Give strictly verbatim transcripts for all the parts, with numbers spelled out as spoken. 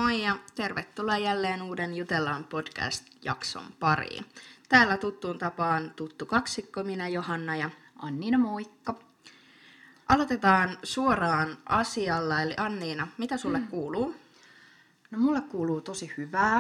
Moi ja tervetuloa jälleen uuden Jutellaan podcast-jakson pariin. Täällä tuttuun tapaan tuttu kaksikko, minä Johanna ja Anniina, moikka! Aloitetaan suoraan asialla, eli Anniina, mitä sulle mm. kuuluu? No mulle kuuluu tosi hyvää.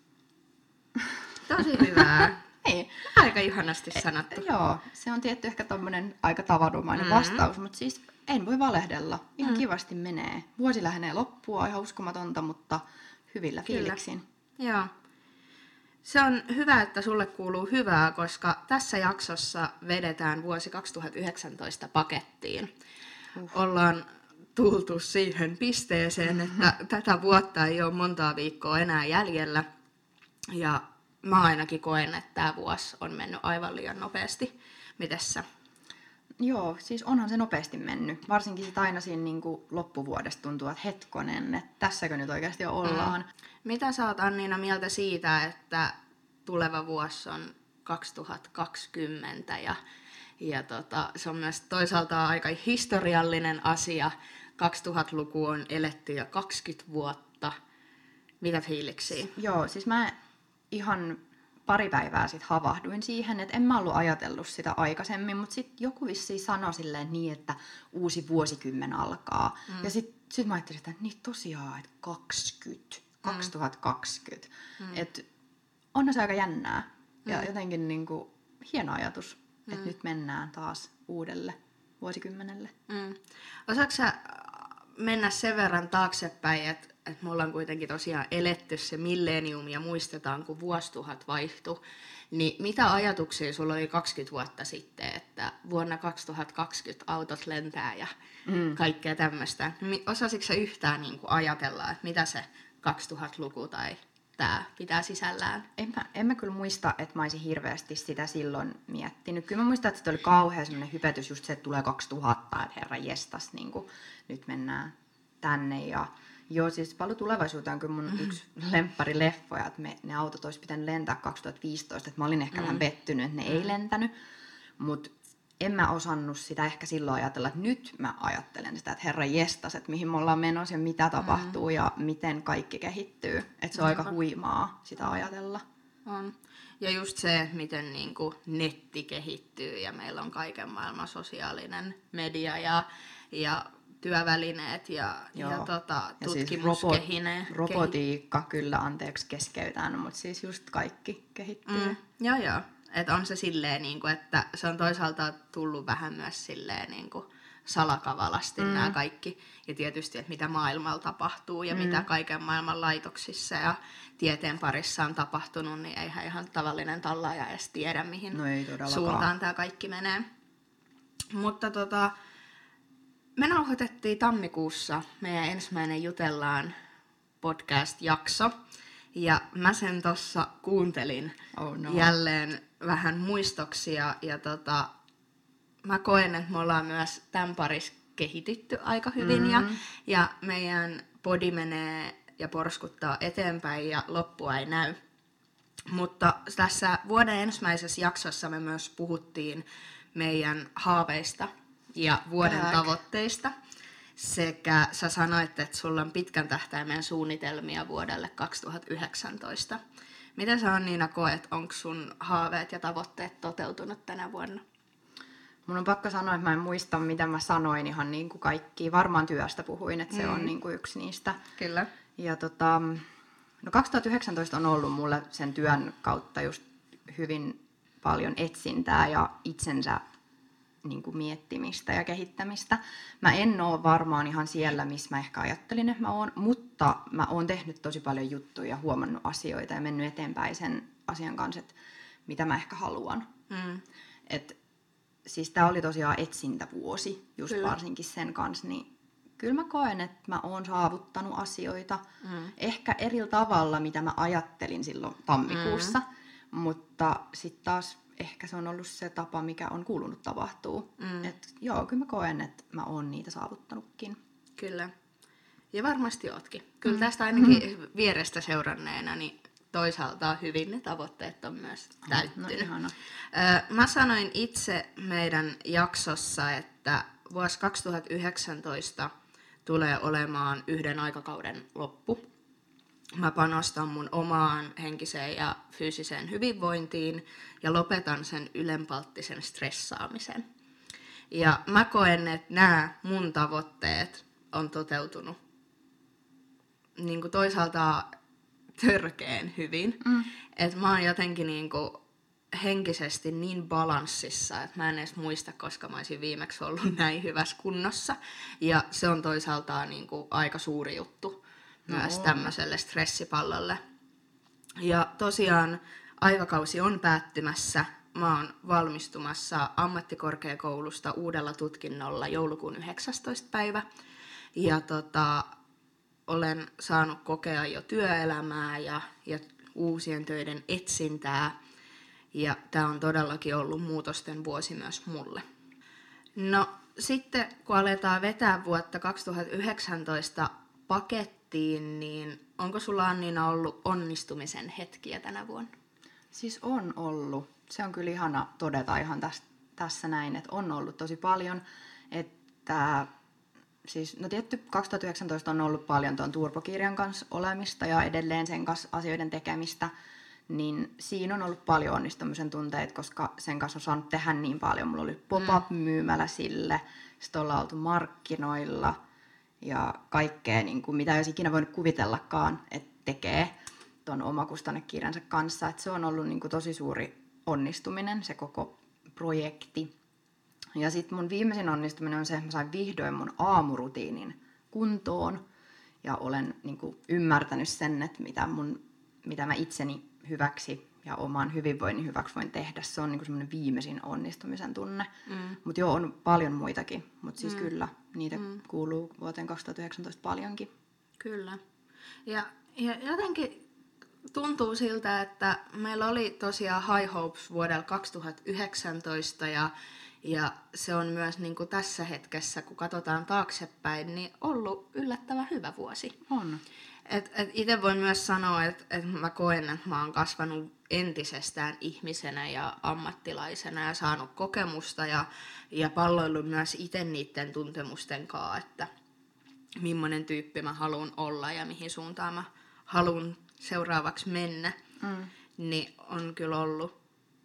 Tosi hyvää. Niin. Aika ihanasti sanottu. E, joo, se on tietty ehkä tommonen aika tavanomainen mm. vastaus, mutta siis en voi valehdella. Ihan mm. kivasti menee. Vuosi lähenee loppua, ihan uskomatonta, mutta hyvillä fiiliksin. Joo. Se on hyvä, että sulle kuuluu hyvää, koska tässä jaksossa vedetään vuosi kaksituhattayhdeksäntoista pakettiin. Uh. Ollaan tultu siihen pisteeseen, että tätä vuotta ei ole montaa viikkoa enää jäljellä. Ja mä ainakin koen, että tämä vuosi on mennyt aivan liian nopeasti. Mites sä? Joo, siis onhan se nopeasti mennyt. Varsinkin sit aina siinä niin kuin loppuvuodesta tuntuu, että hetkonen, että tässäkö nyt oikeasti jo ollaan. Mm. Mitä sä oot, Anniina, mieltä siitä, että tuleva vuosi on kaksituhattakaksikymmentä ja, ja tota, se on myös toisaalta aika historiallinen asia. kaksituhattaluku on eletty jo kaksikymmentä vuotta. Mitä fiiliksiä? Joo, siis mä ihan pari päivää sitten havahduin siihen, että en mä ollut ajatellut sitä aikaisemmin, mutta sitten joku vissiin sanoi silleen niin, että uusi vuosikymmen alkaa. Mm. Ja sitten sit mä ajattelin, että niin tosiaan, että kaksikymmentä, kaksituhattakaksikymmentä. Mm. Että onhan se aika jännää ja mm. jotenkin niinku hieno ajatus, mm. että nyt mennään taas uudelle vuosikymmenelle. Mm. Osaatko sä mennä sen verran taaksepäin, että et me ollaan kuitenkin tosiaan eletty se millennium ja muistetaan, kun vuosituhat vaihtui, niin mitä ajatuksia sulla oli kaksikymmentä vuotta sitten, että vuonna kaksituhattakaksikymmentä autot lentää ja mm. kaikkea tämmöistä? Osasitko sä yhtään niin kuin ajatella, että mitä se kaksituhattaluku tai tämä pitää sisällään? En mä, en mä kyllä muista, että mä olisin hirveästi sitä silloin miettinyt. Kyllä mä muistan, että se oli kauhean semmoinen hypetys just se, että tulee kaksituhatta, että herra jestas, niin kuin, nyt mennään tänne ja joo, siis paljon tulevaisuuteen on kyllä mun mm-hmm. yksi lempparileffoja, että me, ne autot olisi pitänyt lentää kaksituhattaviisitoista, että mä olin ehkä mm-hmm. vähän pettynyt, että ne mm-hmm. ei lentänyt, mutta en mä osannut sitä ehkä silloin ajatella, että nyt mä ajattelen sitä, että herra jestas, että mihin me ollaan menossa ja mitä tapahtuu mm-hmm. ja miten kaikki kehittyy, että se on mm-hmm. aika huimaa sitä ajatella. On. Ja just se, miten niin kuin netti kehittyy ja meillä on kaiken maailman sosiaalinen media ja, ja työvälineet ja, ja tota, tutkimus siis kehinee. Robo- robotiikka kehi- kyllä, anteeksi keskeytään, mutta siis just kaikki kehittyy. Mm, joo, joo. Että on se silleen, niin kuin, että se on toisaalta tullut vähän myös silleen niin kuin salakavalasti mm. nämä kaikki. Ja tietysti, että mitä maailmalla tapahtuu ja mm. mitä kaiken maailman laitoksissa ja tieteen parissa on tapahtunut, niin eihän ihan tavallinen tallaaja edes tiedä, mihin no suuntaan tämä kaikki menee. Mutta tota... Me nauhoitettiin tammikuussa meidän ensimmäinen Jutellaan podcast-jakso. Ja mä sen tossa kuuntelin oh no. jälleen vähän muistoksia. Ja tota, mä koen, että me ollaan myös tämän parissa kehitytty aika hyvin. Mm-hmm. Ja, ja meidän podi menee ja porskuttaa eteenpäin ja loppua ei näy. Mutta tässä vuoden ensimmäisessä jaksossa me myös puhuttiin meidän haaveista ja vuoden Back. tavoitteista. Sekä sä sanoit, että sulla on pitkän tähtäimen suunnitelmia vuodelle kaksituhattayhdeksäntoista. Miten sä, Anniina, koet, onko sun haaveet ja tavoitteet toteutunut tänä vuonna? Mun on pakko sanoa, että mä en muista, mitä mä sanoin ihan niin kuin kaikki. Varmaan työstä puhuin, että se mm. on niin kuin yksi niistä. Kyllä. Ja tota, no kaksituhattayhdeksäntoista on ollut mulle sen työn kautta just hyvin paljon etsintää ja itsensä niin kuin miettimistä ja kehittämistä. Mä en ole varmaan ihan siellä, missä mä ehkä ajattelin, että mä oon, mutta mä oon tehnyt tosi paljon juttuja, huomannut asioita ja mennyt eteenpäin sen asian kanssa, että mitä mä ehkä haluan. Mm. Et, siis tää oli tosiaan etsintävuosi, just kyllä. varsinkin sen kanssa, niin kyllä mä koen, että mä oon saavuttanut asioita. Mm. Ehkä eri tavalla, mitä mä ajattelin silloin tammikuussa, mm. mutta sitten taas ehkä se on ollut se tapa, mikä on kuulunut tapahtuu. Mm. Et joo, kyllä mä koen, että mä oon niitä saavuttanutkin. Kyllä. Ja varmasti ootkin. Kyllä mm. tästä ainakin mm. vierestä seuranneena, niin toisaalta hyvin ne tavoitteet on myös täyttynyt. No, mä sanoin itse meidän jaksossa, että vuosi kaksituhattayhdeksäntoista tulee olemaan yhden aikakauden loppu. mä panostan mun omaan henkiseen ja fyysiseen hyvinvointiin ja lopetan sen ylenpalttisen stressaamisen. Ja mä koen, että nämä mun tavoitteet on toteutunut niin kuin toisaalta törkeen hyvin. Mm. Että mä oon jotenkin niin kuin henkisesti niin balanssissa, että mä en edes muista, koska mä olisin viimeksi ollut näin hyvässä kunnossa. Ja se on toisaalta niin kuin aika suuri juttu no. myös tämmöiselle stressipallolle. Ja tosiaan aikakausi on päättymässä. Mä oon valmistumassa ammattikorkeakoulusta uudella tutkinnolla joulukuun yhdeksästoista päivä. Ja tota, olen saanut kokea jo työelämää ja, ja uusien töiden etsintää. Ja tämä on todellakin ollut muutosten vuosi myös mulle. No sitten kun aletaan vetää vuotta kaksituhattayhdeksäntoista pakettiin, niin onko sulla Anniina ollut onnistumisen hetkiä tänä vuonna? Siis on ollut. Se on kyllä ihana todeta ihan täs, tässä näin, että on ollut tosi paljon. Että, siis, no tietty kaksituhattayhdeksäntoista on ollut paljon tuon Turbo-kirjan kanssa olemista ja edelleen sen kanssa asioiden tekemistä. Niin siinä on ollut paljon onnistumisen tunteita, koska sen kanssa on saanut tehdä niin paljon. Mulla oli pop-up-myymälä sille, sitten ollaan oltu markkinoilla ja kaikkea, niin kuin, mitä ei olisi ikinä voinut kuvitellakaan, että tekee tuon omakustannekirjansa kanssa. Et se on ollut niin kuin, tosi suuri onnistuminen, se koko projekti. Ja sitten mun viimeisin onnistuminen on se, että mä sain vihdoin mun aamurutiinin kuntoon ja olen niin kuin, ymmärtänyt sen, että mitä, mun, mitä mä itseni hyväksi ja oman hyvinvoinnin hyväksi voin tehdä. Se on niin kuin semmoinen viimeisin onnistumisen tunne. Mm. Mutta joo, on paljon muitakin. Mutta siis mm. kyllä, niitä mm. kuuluu vuoteen kaksituhattayhdeksäntoista paljonkin. Kyllä. Ja, ja jotenkin tuntuu siltä, että meillä oli tosiaan High Hopes vuodella kaksituhattayhdeksäntoista ja, ja se on myös niin kuin tässä hetkessä, kun katsotaan taaksepäin, niin ollut yllättävän hyvä vuosi. On. Et, et itse voin myös sanoa, että et mä koen, että mä oon kasvanut entisestään ihmisenä ja ammattilaisena ja saanut kokemusta ja, ja palloillut myös itse niiden tuntemusten kanssa, että millainen tyyppi mä haluan olla ja mihin suuntaan mä haluan seuraavaksi mennä, mm. niin on kyllä ollut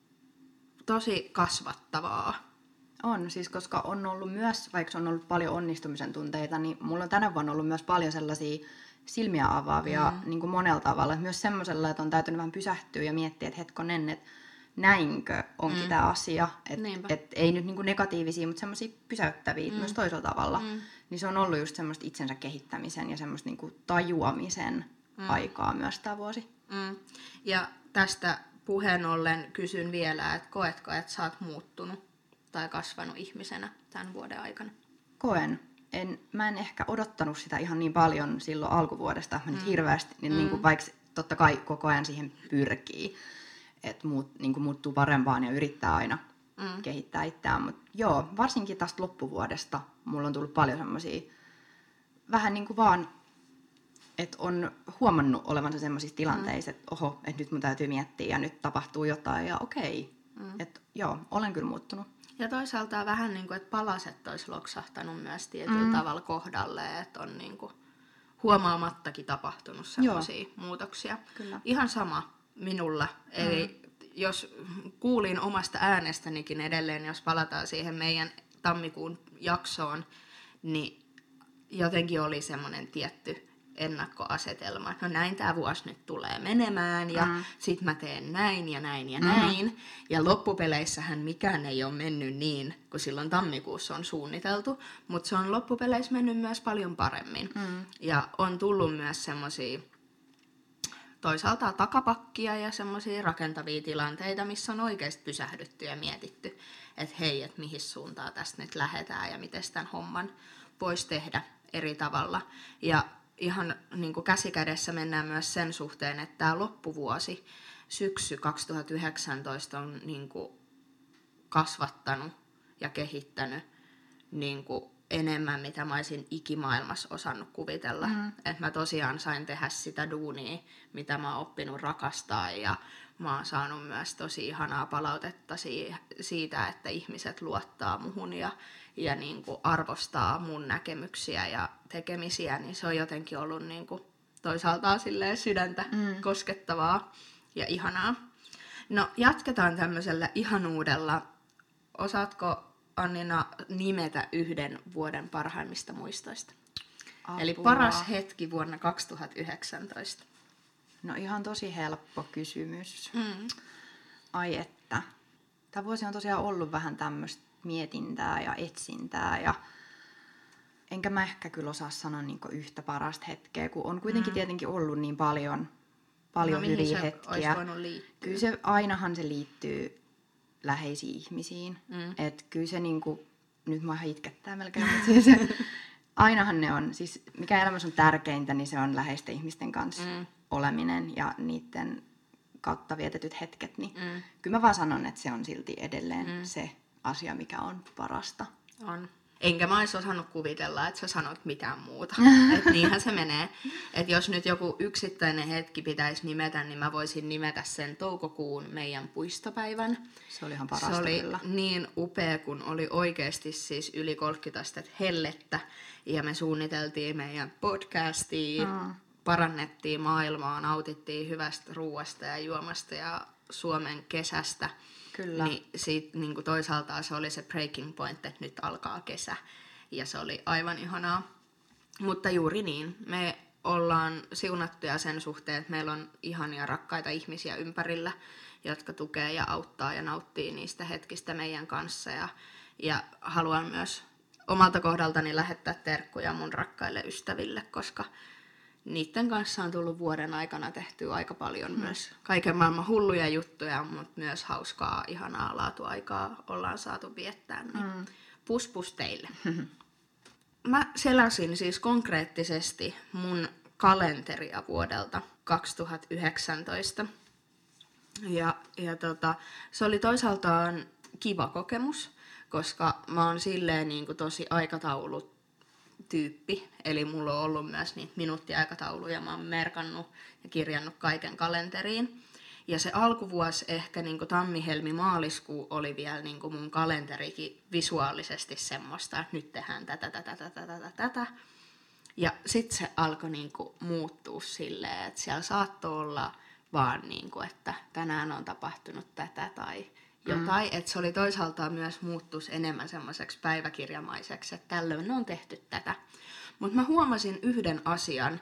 tosi kasvattavaa. On, siis koska on ollut myös, vaikka on ollut paljon onnistumisen tunteita, niin mulla on tänä vuonna ollut myös paljon sellaisia silmiä avaavia mm. niin kuin monella tavalla. Myös semmoisella, että on täytynyt vähän pysähtyä ja miettiä, että hetkonen, että näinkö onkin mm. tämä asia. Että et ei nyt niin kuin negatiivisia, mutta semmoisia pysäyttäviä mm. myös toisella tavalla. Mm. Niin se on ollut just semmoista itsensä kehittämisen ja semmoista niin kuin tajuamisen mm. aikaa myös tämä vuosi. Mm. Ja tästä puheen ollen kysyn vielä, että koetko, että sä oot muuttunut tai kasvanut ihmisenä tämän vuoden aikana? Koen. En, mä en ehkä odottanut sitä ihan niin paljon silloin alkuvuodesta, mä mm. nyt hirveästi, niin, mm. niin kuin, vaikka totta kai koko ajan siihen pyrkii, että muut, niin kuin muuttuu parempaan ja yrittää aina mm. kehittää itseään. Mutta joo, varsinkin tästä loppuvuodesta mulla on tullut paljon semmoisia, vähän niin kuin vaan, että on huomannut olevansa semmoisissa tilanteissa, mm. että oho, että nyt mun täytyy miettiä ja nyt tapahtuu jotain ja okei, mm. että joo, olen kyllä muuttunut. Ja toisaalta vähän niin kuin, että palaset olisi loksahtanut myös tietyllä mm. tavalla kohdalle, että on niin kuin huomaamattakin tapahtunut sellaisia muutoksia. Kyllä. Ihan sama minulla. Mm. Eli jos kuulin omasta äänestänikin edelleen, jos palataan siihen meidän tammikuun jaksoon, niin jotenkin oli semmoinen tietty ennakkoasetelma, että no näin tämä vuosi nyt tulee menemään ja mm. sit mä teen näin ja näin ja mm. näin. Ja loppupeleissähän mikään ei ole mennyt niin, kun silloin tammikuussa on suunniteltu, mutta se on loppupeleissä mennyt myös paljon paremmin. Mm. Ja on tullut myös semmosia toisaalta takapakkia ja semmosia rakentavia tilanteita, missä on oikeasti pysähdytty ja mietitty, että hei, että mihin suuntaan tästä nyt lähdetään ja miten tämän homman voisi tehdä eri tavalla. Ja ihan niin kuin käsikädessä mennään myös sen suhteen, että tämä loppuvuosi, syksy kaksituhattayhdeksäntoista on niin kuin kasvattanut ja kehittänyt niin kuin enemmän, mitä mä olisin ikimaailmassa osannut kuvitella. Mm. Että mä tosiaan sain tehdä sitä duunia, mitä mä oon oppinut rakastaa ja mä oon saanut myös tosi ihanaa palautetta siitä, että ihmiset luottaa muhun ja, ja niin kuin arvostaa mun näkemyksiä ja tekemisiä, niin se on jotenkin ollut niin kuin toisaalta silleen sydäntä mm. koskettavaa ja ihanaa. No jatketaan tämmöisellä ihanuudella. Osaatko Annina nimetä yhden vuoden parhaimmista muistoista? Apua. Eli paras hetki vuonna kaksituhattayhdeksäntoista. No ihan tosi helppo kysymys. Mm. Ai että. Tämä vuosi on tosiaan ollut vähän tämmöistä mietintää ja etsintää. Ja enkä mä ehkä kyllä osaa sanoa niinku yhtä parasta hetkeä, kun on kuitenkin mm. tietenkin ollut niin paljon, paljon no, hyviä se hetkiä. Kyllä se, ainahan se liittyy läheisiin ihmisiin. Mm. Et kyllä se niinku, nyt mä itkettää melkein, mutta siis ainahan ne on, siis mikä elämässä on tärkeintä, niin se on läheisten ihmisten kanssa mm. oleminen ja niiden kautta vietetyt hetket. Niin mm. kyllä mä vaan sanon, että se on silti edelleen mm. se asia, mikä on parasta. On. Enkä mä olisi osannut kuvitella, että sä sanot mitään muuta. Et niinhän se menee. Et jos nyt joku yksittäinen hetki pitäisi nimetä, niin mä voisin nimetä sen toukokuun meidän puistopäivän. Se oli ihan parasta. Se oli kyllä. niin upea, kun oli oikeasti siis yli kolmekymmentä astetta hellettä. Ja me suunniteltiin meidän podcastia, mm. parannettiin maailmaa, nautittiin hyvästä ruuasta ja juomasta ja Suomen kesästä. Kyllä. Niin siitä niin kuin toisaalta se oli se breaking point, että nyt alkaa kesä. Ja se oli aivan ihanaa. Mutta juuri niin. Me ollaan siunattuja sen suhteen, että meillä on ihania rakkaita ihmisiä ympärillä, jotka tukee ja auttaa ja nauttii niistä hetkistä meidän kanssa. Ja, ja haluan myös omalta kohdaltani lähettää terkkuja mun rakkaille ystäville, koska niiden kanssa on tullut vuoden aikana tehtyä aika paljon mm. myös kaiken maailman hulluja juttuja, mutta myös hauskaa, ihanaa laatuaikaa ollaan saatu viettää. Niin mm. pus pus teille. Mä selasin siis konkreettisesti mun kalenteria vuodelta kaksituhattayhdeksäntoista. Ja, ja tota, se oli toisaaltaan kiva kokemus, koska mä oon silleen niin kuin tosi aikataulut tyyppi, eli mulla on ollut myös niitä minuuttiaikatauluja, mä oon merkannut ja kirjannut kaiken kalenteriin. Ja se alkuvuosi ehkä niin kuin tammi-helmi-maaliskuu oli vielä niin kuin mun kalenterikin visuaalisesti semmoista, että nyt tehdään tätä, tätä, tätä, tätä, tätä. Ja sitten se alkoi niin kuin muuttua silleen, että siellä saattoi olla vaan, niin kuin, että tänään on tapahtunut tätä tai jotain. Mm. Että se oli toisaalta myös muuttus enemmän semmoiseksi päiväkirjamaiseksi, että tällöin on tehty tätä. Mutta mä huomasin yhden asian,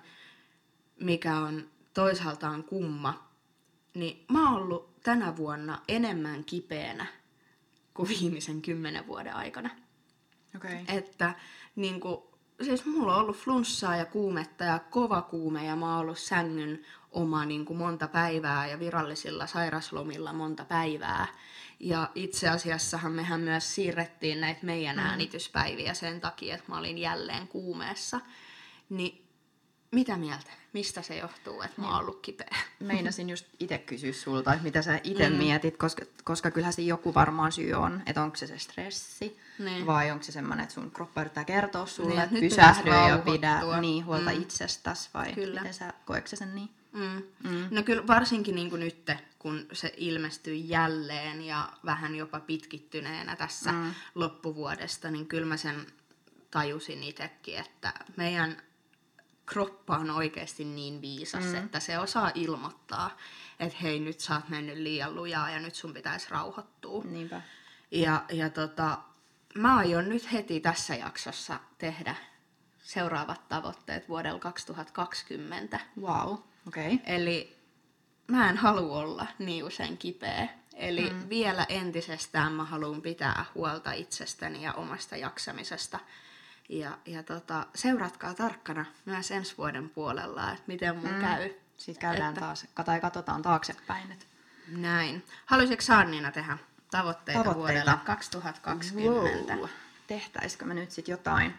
mikä on toisaaltaan kumma. Niin mä oon ollut tänä vuonna enemmän kipeänä kuin viimeisen kymmenen vuoden aikana. Okay. Että niin kuin, siis mulla on ollut flunssaa ja kuumetta ja kova kuume ja mä oon ollut sängyn oma niin kuin monta päivää ja virallisilla sairaslomilla monta päivää. Ja itse asiassahan mehän myös siirrettiin näitä meidän mm. äänityspäiviä sen takia, että mä olin jälleen kuumeessa. Niin mitä mieltä? Mistä se johtuu, että mä oon ollut kipeä? Meinasin just itse kysyä sulta, että mitä sä itse mm. mietit, koska, koska kyllähän se joku varmaan syy on, että onko se se stressi niin. vai onko se semmoinen, että sun kroppa yrittää kertoa sulle, niin, että pysähdy ja pidä niin, huolta mm. itsestäsi vai kyllä. Miten sä koetko sen niin? Mm. Mm. No kyllä varsinkin niin kuin nyt, kun se ilmestyi jälleen ja vähän jopa pitkittyneenä tässä mm. loppuvuodesta, niin kyllä mä sen tajusin itsekin, että meidän kroppa on oikeasti niin viisas, mm. että se osaa ilmoittaa, että hei, nyt sä oot mennyt liian lujaa ja nyt sun pitäisi rauhoittua. Niinpä. Ja, ja tota, mä aion nyt heti tässä jaksossa tehdä seuraavat tavoitteet vuodella kaksituhattakaksikymmentä. Wow, okei. Okay. Eli mä en halua olla niin usein kipeä. Eli mm. vielä entisestään mä haluan pitää huolta itsestäni ja omasta jaksamisesta. Ja, ja tota, seuratkaa tarkkana myös ensi vuoden puolella, että miten mun mm. käy. Sitten käydään että... taas, tai katsotaan taaksepäin. Että... Näin. Haluaisitko Saarniina tehdä tavoitteita, tavoitteita vuodelle kaksituhattakaksikymmentä? Wow. Tehtäisikö me nyt sitten jotain?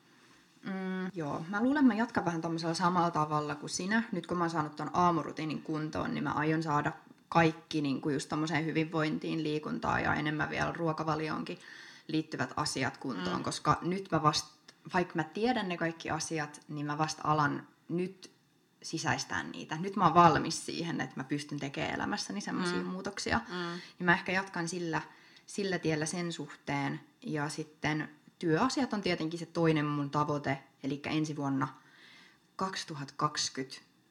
Mm, joo, mä luulen, että mä jatkan vähän tommosella samalla tavalla kuin sinä. Nyt kun mä oon saanut ton aamurutiinin kuntoon, niin mä aion saada kaikki niin kuin just tommoseen hyvinvointiin, liikuntaan ja enemmän vielä ruokavalioonkin liittyvät asiat kuntoon. Mm. Koska nyt mä vasta, vaikka mä tiedän ne kaikki asiat, niin mä vasta alan nyt sisäistään niitä. Nyt mä oon valmis siihen, että mä pystyn tekemään elämässäni semmoisia mm. muutoksia. Mm. Niin mä ehkä jatkan sillä, sillä tiellä sen suhteen. Ja sitten työasiat on tietenkin se toinen mun tavoite. Eli ensi vuonna kaksituhattakaksikymmentä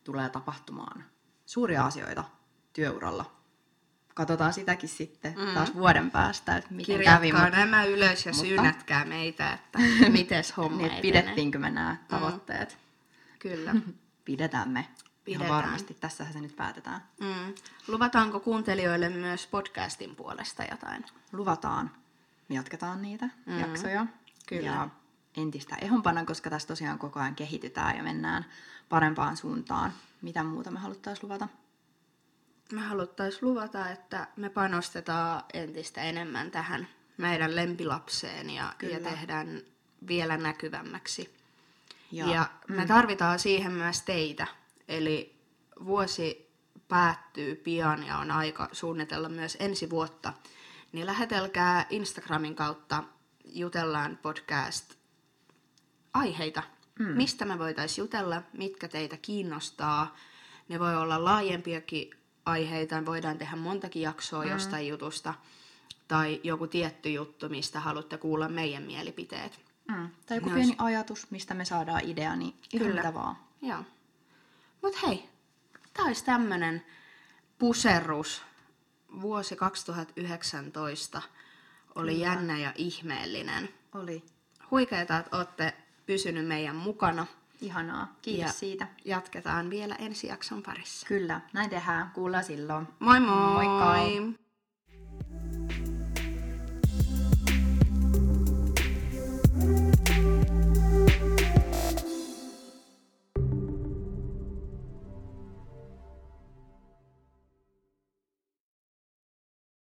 tulee tapahtumaan suuria asioita työuralla. Katsotaan sitäkin sitten mm. taas vuoden päästä, että miten kävi. Kirjatkaa nämä ylös ja mutta... syynätkää meitä, että mites homma niin, etenee. Pidettiinkö me nämä tavoitteet? Mm. Kyllä. Pidetään me. Pidetään. Ihan varmasti. Tässähän se nyt päätetään. Mm. Luvataanko kuuntelijoille myös podcastin puolesta jotain? Luvataan. Me jatketaan niitä mm. jaksoja. Kyllä. Ja entistä ehompana, koska tässä tosiaan koko ajan kehitytään ja mennään parempaan suuntaan. Mitä muuta me haluttaisiin luvata? Me haluttaisiin luvata, että me panostetaan entistä enemmän tähän meidän lempilapseen ja, ja tehdään vielä näkyvämmäksi. Ja, ja mm. me tarvitaan siihen myös teitä. Eli vuosi päättyy pian ja on aika suunnitella myös ensi vuotta. Niin lähetelkää Instagramin kautta Jutellaan podcast aiheita. Mm. Mistä me voitaisiin jutella, mitkä teitä kiinnostaa. Ne voi olla laajempiakin aiheita, voidaan tehdä montakin jaksoa mm. jostain jutusta. Tai joku tietty juttu, mistä haluatte kuulla meidän mielipiteet. Mm. Tai joku pieni ajatus, mistä me saadaan idea, niin ihan Kyllä. mitä vaan. Joo. Mut hei, tää olisi tämmönen puserrus. Vuosi kaksituhattayhdeksäntoista oli Kyllä. jännä ja ihmeellinen. Oli. Huikeeta, että olette pysynyt meidän mukana. Ihanaa. Kiitos ja siitä. Jatketaan vielä ensi jakson parissa. Kyllä, näin tehdään. Kuullaan silloin. Moi moi! Moikka!